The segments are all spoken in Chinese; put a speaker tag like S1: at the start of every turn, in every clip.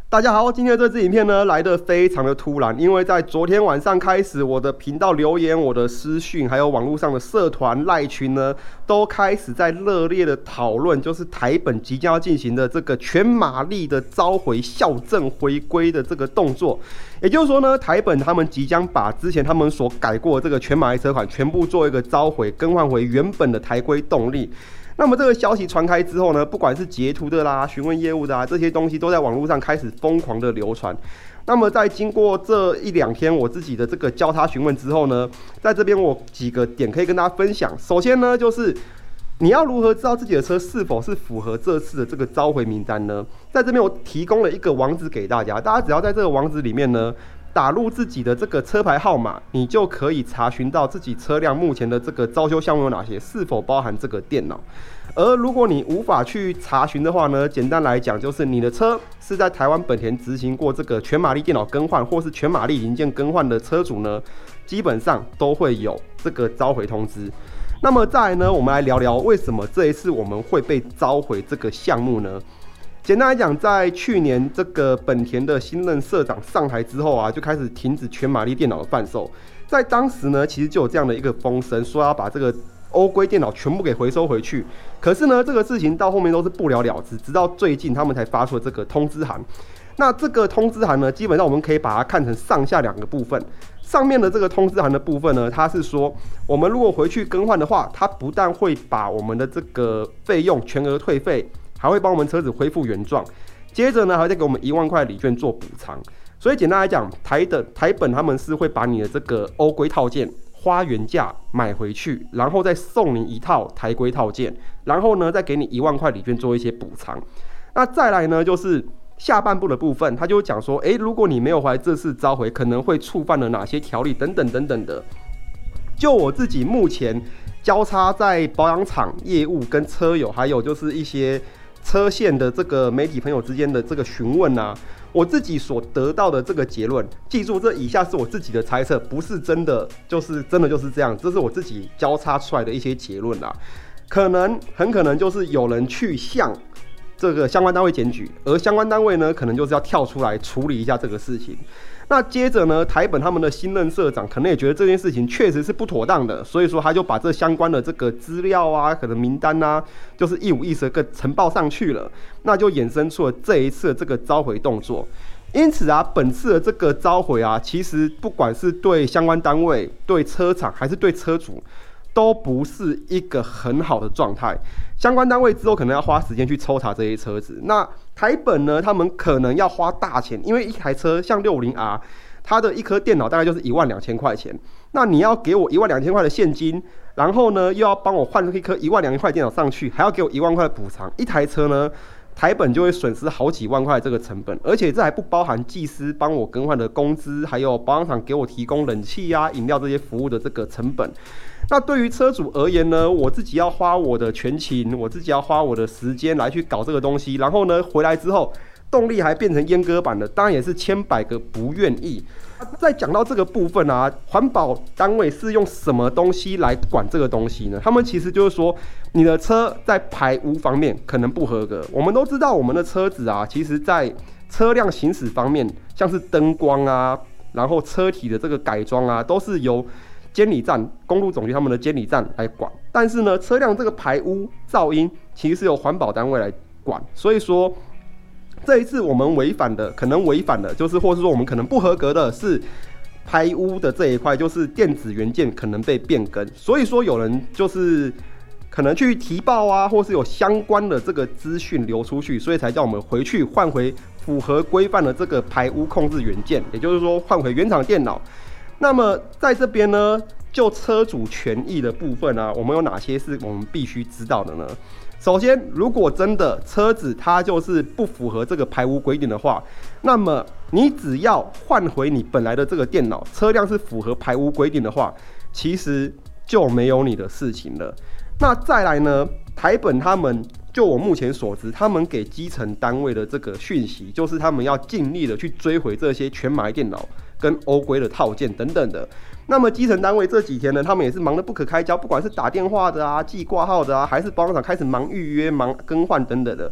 S1: 大家好，今天的这支影片呢来得非常的突然，因为在昨天晚上开始，我的频道留言、我的私讯，还有网络上的社团赖群呢，都开始在热烈的讨论，就是台本即将要进行的这个全马力的召回校正回归的这个动作。也就是说呢，台本他们即将把之前他们所改过的这个全马力车款全部做一个召回，更换回原本的台规动力。那么这个消息传开之后呢，不管是截图的啦、询问业务的啊，这些东西都在网络上开始疯狂的流传。那么在经过这一两天我自己的这个交叉询问之后呢，在这边我几个点可以跟大家分享。首先呢，就是你要如何知道自己的车是否是符合这次的这个召回名单呢？在这边我提供了一个网址给大家，大家只要在这个网址里面呢，打入自己的这个车牌号码，你就可以查询到自己车辆目前的这个招修项目有哪些，是否包含这个电脑。而如果你无法去查询的话呢，简单来讲就是你的车是在台湾本田执行过这个全马力电脑更换或是全马力零件更换的车主呢，基本上都会有这个召回通知。那么再来呢，我们来聊聊为什么这一次我们会被召回这个项目呢？简单来讲，在去年这个本田的新任社长上台之后啊，就开始停止全马力电脑的贩售。在当时呢，其实就有这样的一个风声，说要把这个欧规电脑全部给回收回去。可是呢，这个事情到后面都是不了了之，直到最近他们才发出了这个通知函。那这个通知函呢，基本上我们可以把它看成上下两个部分。上面的这个通知函的部分呢，它是说，我们如果回去更换的话，它不但会把我们的这个费用全额退费，还会帮我们车子恢复原状。接着呢，还会再给我们1万块礼券做补偿。所以简单来讲，台本他们是会把你的这个欧规套件花原价买回去，然后再送你一套台规套件，然后呢再给你1万块礼券做一些补偿。那再来呢，就是下半部的部分，他就讲说，如果你没有回来这次召回，可能会触犯了哪些条例等等等等的。就我自己目前交叉在保养厂业务跟车友，还有就是一些车线的这个媒体朋友之间的这个询问啊，我自己所得到的这个结论，记住这以下是我自己的猜测，不是真的就是这样，这是我自己交叉出来的一些结论啦。很可能就是有人去向这个相关单位检举，而相关单位呢，可能就是要跳出来处理一下这个事情。那接着呢，台本他们的新任社长可能也觉得这件事情确实是不妥当的，所以说他就把这相关的这个资料啊，可能名单啊，就是一五一十的呈报上去了，那就衍生出了这一次的这个召回动作。因此啊，本次的这个召回啊，其实不管是对相关单位、对车厂还是对车主，都不是一个很好的状态。相关单位之后可能要花时间去抽查这些车子，那台本呢，他们可能要花大钱，因为一台车像650R，它的一颗电脑大概就是12000块钱，那你要给我12000块的现金，然后呢又要帮我换一颗12000块电脑上去，还要给我1万块的补偿，一台车呢，台本就会损失好几万块这个成本，而且这还不包含技师帮我更换的工资，还有保养厂给我提供冷气啊、饮料这些服务的这个成本。那对于车主而言呢，我自己要花我的全勤，我自己要花我的时间来去搞这个东西，然后呢回来之后动力还变成阉割版的，当然也是千百个不愿意。在讲到这个部分啊，环保单位是用什么东西来管这个东西呢？他们其实就是说，你的车在排污方面可能不合格。我们都知道，我们的车子啊，其实在车辆行驶方面，像是灯光啊，然后车体的这个改装啊，都是由监理站、公路总局他们的监理站来管。但是呢，车辆这个排污、噪音，其实是由环保单位来管。所以说，这一次我们可能违反的，就是或是说我们可能不合格的是排污的这一块，就是电子元件可能被变更。所以说有人就是可能去提报啊，或是有相关的这个资讯流出去，所以才叫我们回去换回符合规范的这个排污控制元件，也就是说换回原厂电脑。那么在这边呢，就车主权益的部分啊，我们有哪些是我们必须知道的呢？首先，如果真的车子它就是不符合这个排污规定的话，那么你只要换回你本来的这个电脑，车辆是符合排污规定的话，其实就没有你的事情了。那再来呢，台本他们就我目前所知，他们给基层单位的这个讯息，就是他们要尽力的去追回这些全马力电脑跟欧规的套件等等的。那么基层单位这几天呢，他们也是忙得不可开交，不管是打电话的啊、寄挂号的啊，还是保养厂开始忙预约、忙更换等等的。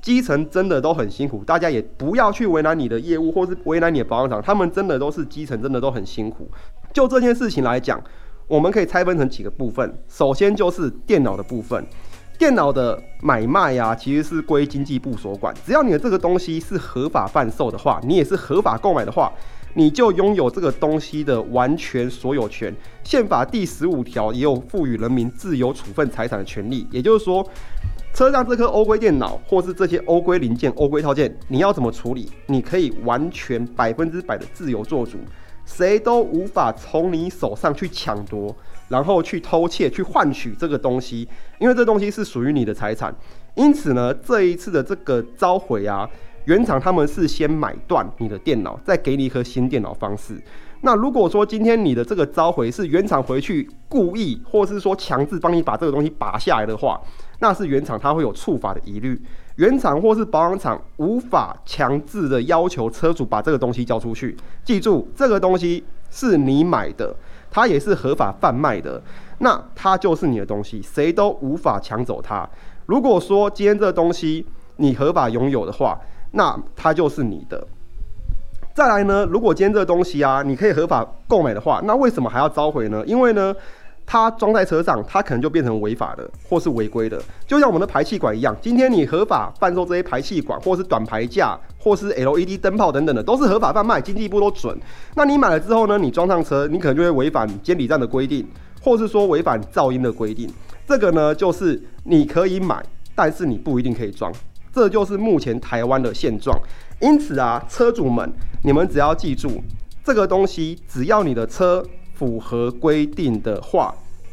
S1: 基层真的都很辛苦，大家也不要去为难你的业务或是为难你的保养厂，他们真的都是基层，真的都很辛苦。就这件事情来讲，我们可以拆分成几个部分。首先就是电脑的部分，电脑的买卖啊，其实是归经济部所管。只要你的这个东西是合法贩售的话，你也是合法购买的话，你就拥有这个东西的完全所有权。宪法第15条也有赋予人民自由处分财产的权利，也就是说，车上这颗欧规电脑，或是这些欧规零件、欧规套件，你要怎么处理？你可以完全100%的自由做主，谁都无法从你手上去抢夺，然后去偷窃、去换取这个东西，因为这东西是属于你的财产。因此呢，这一次的这个召回啊，原厂他们是先买断你的电脑，再给你一颗新电脑方式。那如果说今天你的这个召回是原厂回去故意，或是说强制帮你把这个东西拔下来的话，那是原厂它会有触法的疑虑。原厂或是保养厂无法强制的要求车主把这个东西交出去。记住，这个东西是你买的，它也是合法贩卖的，那它就是你的东西，谁都无法抢走它。如果说今天这个东西你合法拥有的话，那它就是你的。再来呢，如果今天这个东西啊，你可以合法购买的话，那为什么还要召回呢？因为呢，它装在车上，它可能就变成违法的，或是违规的。就像我们的排气管一样，今天你合法贩售这些排气管，或是短排架，或是 LED 灯泡等等的，都是合法贩卖，经济部都准。那你买了之后呢，你装上车，你可能就会违反监理站的规定，或是说违反噪音的规定。这个呢，就是你可以买，但是你不一定可以装。这就是目前台湾的现状。因此啊，车主们，你们只要记住，这个东西只要你的车符合规定的话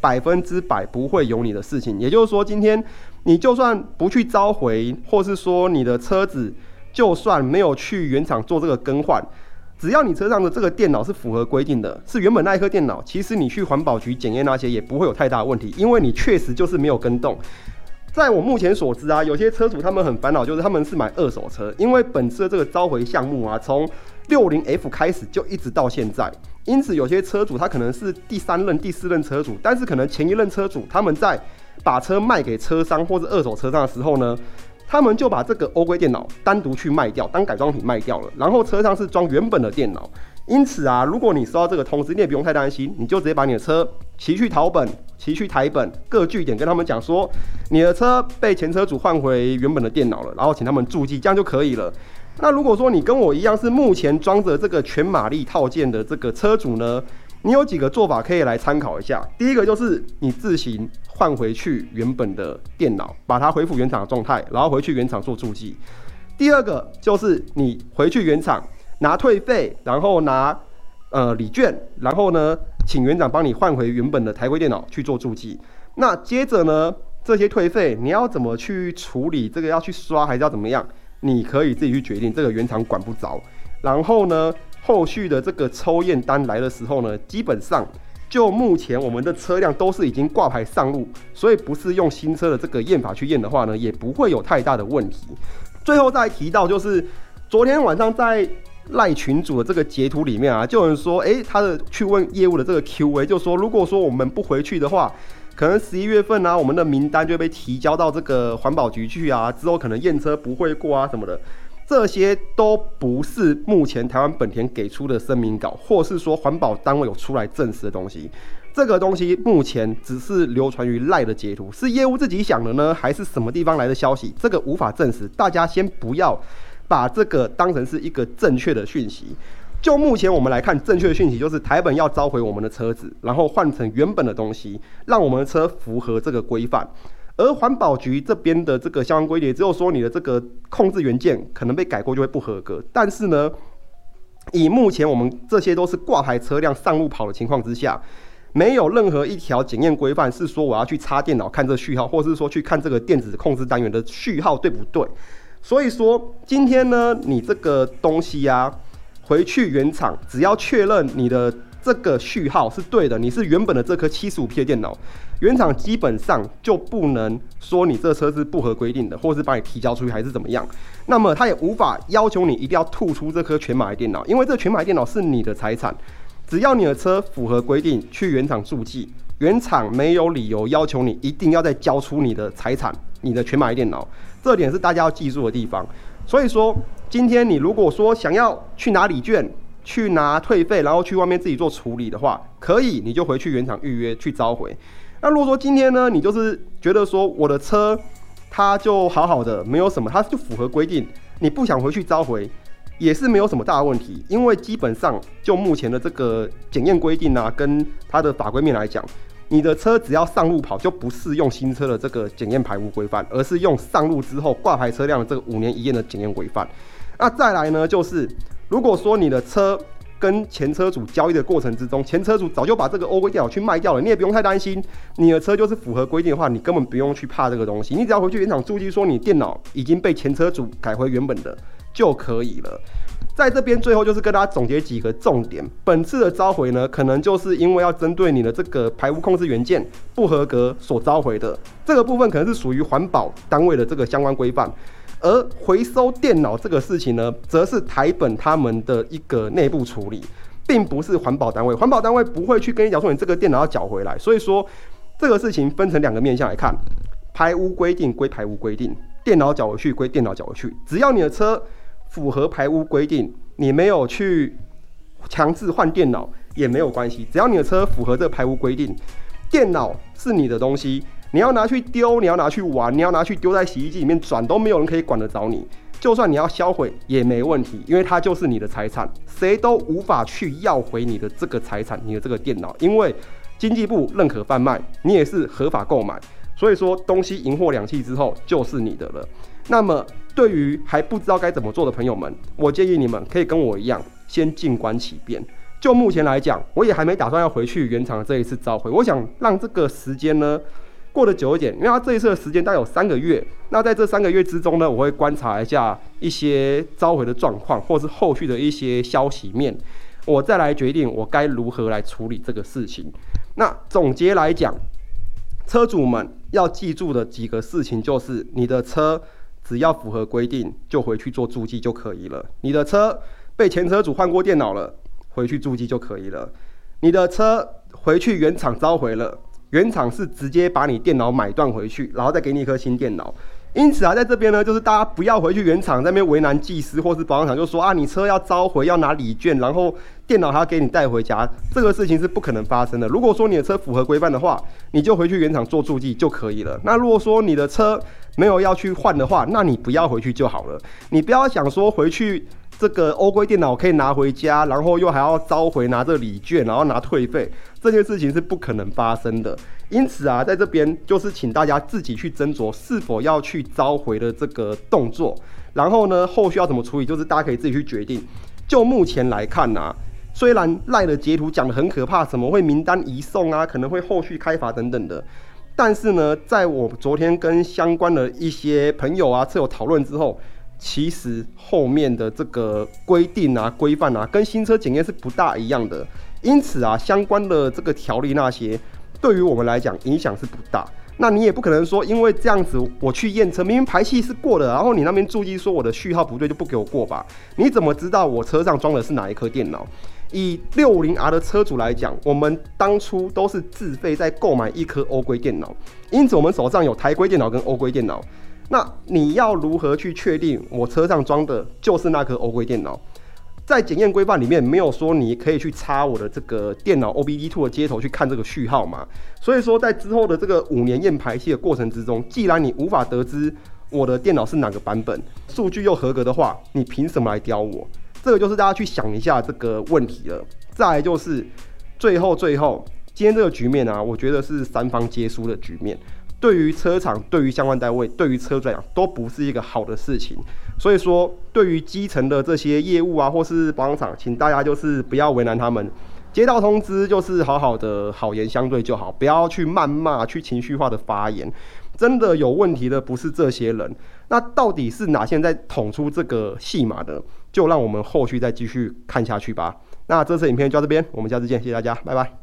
S1: ，100%不会有你的事情。也就是说，今天你就算不去召回，或是说你的车子就算没有去原厂做这个更换，只要你车上的这个电脑是符合规定的，是原本那一颗电脑，其实你去环保局检验那些也不会有太大的问题，因为你确实就是没有更动。在我目前所知啊，有些车主他们很烦恼，就是他们是买二手车，因为本次的这个召回项目啊，从60F 开始就一直到现在，因此有些车主他可能是第3任、第4任车主，但是可能前一任车主他们在把车卖给车商或是二手车商的时候呢，他们就把这个欧规电脑单独去卖掉，当改装品卖掉了，然后车上是装原本的电脑。因此啊，如果你收到这个通知，你也不用太担心，你就直接把你的车骑去桃本、骑去台本各据点跟他们讲说，你的车被前车主换回原本的电脑了，然后请他们注记，这样就可以了。那如果说你跟我一样是目前装着这个全马力套件的这个车主呢，你有几个做法可以来参考一下。第一个就是你自行换回去原本的电脑，把它恢复原厂的状态，然后回去原厂做注记。第二个就是你回去原厂拿退费，然后拿礼券，然后呢，请园长帮你换回原本的台规电脑去做注记。那接着呢，这些退费你要怎么去处理？这个要去刷还是要怎么样？你可以自己去决定，这个原厂管不着。然后呢，后续的这个抽验单来的时候呢，基本上就目前我们的车辆都是已经挂牌上路，所以不是用新车的这个验法去验的话呢，也不会有太大的问题。最后再提到就是昨天晚上在赖群组的这个截图里面啊，就有人说，他的去问业务的这个 Q&A， 就说如果说我们不回去的话，可能11月份啊，我们的名单就会被提交到这个环保局去啊，之后可能验车不会过啊什么的，这些都不是目前台湾本田给出的声明稿，或是说环保单位有出来证实的东西。这个东西目前只是流传于赖的截图，是业务自己想的呢，还是什么地方来的消息？这个无法证实，大家先不要把这个当成是一个正确的讯息。就目前我们来看，正确的讯息就是台本要召回我们的车子，然后换成原本的东西，让我们的车符合这个规范。而环保局这边的这个相关规定，只有说你的这个控制元件可能被改过就会不合格。但是呢，以目前我们这些都是挂牌车辆上路跑的情况之下，没有任何一条检验规范是说我要去插电脑看这序号，或是说去看这个电子控制单元的序号对不对。所以说今天呢，你这个东西啊，回去原厂，只要确认你的这个序号是对的，你是原本的这颗75P 的电脑，原厂基本上就不能说你这车是不合规定的，或是把你提交出去还是怎么样。那么他也无法要求你一定要吐出这颗全马的电脑，因为这全马电脑是你的财产，只要你的车符合规定去原厂注记，原厂没有理由要求你一定要再交出你的财产，你的全马电脑。 这点是大家要记住的地方。所以说，今天你如果说想要去拿礼券、去拿退费，然后去外面自己做处理的话，可以，你就回去原厂预约去召回。那如果说今天呢，你就是觉得说我的车它就好好的，没有什么，它就符合规定，你不想回去召回，也是没有什么大的问题，因为基本上就目前的这个检验规定啊，跟它的法规面来讲，你的车只要上路跑，就不适用新车的这个检验排污规范，而是用上路之后挂牌车辆的这个5年一验的检验规范。那再来呢，就是如果说你的车跟前车主交易的过程之中，前车主早就把这个欧规电脑去卖掉了，你也不用太担心，你的车就是符合规定的话，你根本不用去怕这个东西，你只要回去原厂注记说你电脑已经被前车主改回原本的就可以了。在这边最后就是跟大家总结几个重点，本次的召回呢，可能就是因为要针对你的这个排污控制元件不合格所召回的，这个部分可能是属于环保单位的这个相关规范。而回收电脑这个事情呢，则是台本他们的一个内部处理，并不是环保单位。环保单位不会去跟你讲说你这个电脑要缴回来，所以说这个事情分成2个面向来看，排污规定归排污规定，电脑缴回去归电脑缴回去。只要你的车符合排污规定，你没有去强制换电脑也没有关系，只要你的车符合这个排污规定，电脑是你的东西。你要拿去丢，你要拿去玩，你要拿去丢在洗衣机里面转，都没有人可以管得着你。就算你要销毁也没问题，因为它就是你的财产，谁都无法去要回你的这个财产，你的这个电脑，因为经济部认可贩卖，你也是合法购买，所以说东西银货两讫之后就是你的了。那么对于还不知道该怎么做的朋友们，我建议你们可以跟我一样，先静观其变。就目前来讲，我也还没打算要回去原厂这一次召回，我想让这个时间呢过得久一点，因为它这一次的时间大概有3个月。那在这3个月之中呢，我会观察一下一些召回的状况，或是后续的一些消息面，我再来决定我该如何来处理这个事情。那总结来讲，车主们要记住的几个事情就是，你的车只要符合规定，就回去做注记就可以了。你的车被前车主换过电脑了，回去注记就可以了。你的车回去原厂召回了，原厂是直接把你电脑买断回去，然后再给你一颗新电脑。因此啊，在这边呢，就是大家不要回去原厂在那边为难技师或是保养厂，就说啊，你车要召回要拿礼券，然后电脑还要给你带回家，这个事情是不可能发生的。如果说你的车符合规范的话，你就回去原厂做注记就可以了。那如果说你的车没有要去换的话，那你不要回去就好了。你不要想说回去这个欧规电脑可以拿回家，然后又还要召回拿这礼券，然后拿退费，这件事情是不可能发生的。因此啊，在这边就是请大家自己去斟酌是否要去召回的这个动作，然后呢，后续要怎么处理，就是大家可以自己去决定。就目前来看啊，虽然赖的截图讲得很可怕，什么会名单移送啊，可能会后续开罚等等的，但是呢，在我昨天跟相关的一些朋友啊、车友讨论之后，其实后面的这个规定啊、规范啊，跟新车检验是不大一样的。因此啊，相关的这个条例那些，对于我们来讲影响是不大。那你也不可能说，因为这样子我去验车，明明排气是过的，然后你那边注意说我的序号不对就不给我过吧？你怎么知道我车上装的是哪一颗电脑？以650R 的车主来讲，我们当初都是自费在购买一颗欧规电脑，因此我们手上有台规电脑跟欧规电脑。那你要如何去确定我车上装的就是那颗欧规电脑？在检验规范里面没有说你可以去插我的这个电脑 OBD2 的接头去看这个序号嘛，所以说在之后的这个5年验排气的过程之中，既然你无法得知我的电脑是哪个版本，数据又合格的话，你凭什么来刁我？这个就是大家去想一下这个问题了。再来就是最后今天这个局面啊，我觉得是3方皆输的局面。对于车厂、对于相关单位、对于车主来讲，都不是一个好的事情。所以说，对于基层的这些业务啊，或是保养厂，请大家就是不要为难他们。接到通知就是好好的好言相对就好，不要去谩骂、去情绪化的发言。真的有问题的不是这些人，那到底是哪些人在捅出这个戏码的？就让我们后续再继续看下去吧。那这次影片就到这边，我们下次见，谢谢大家，拜拜。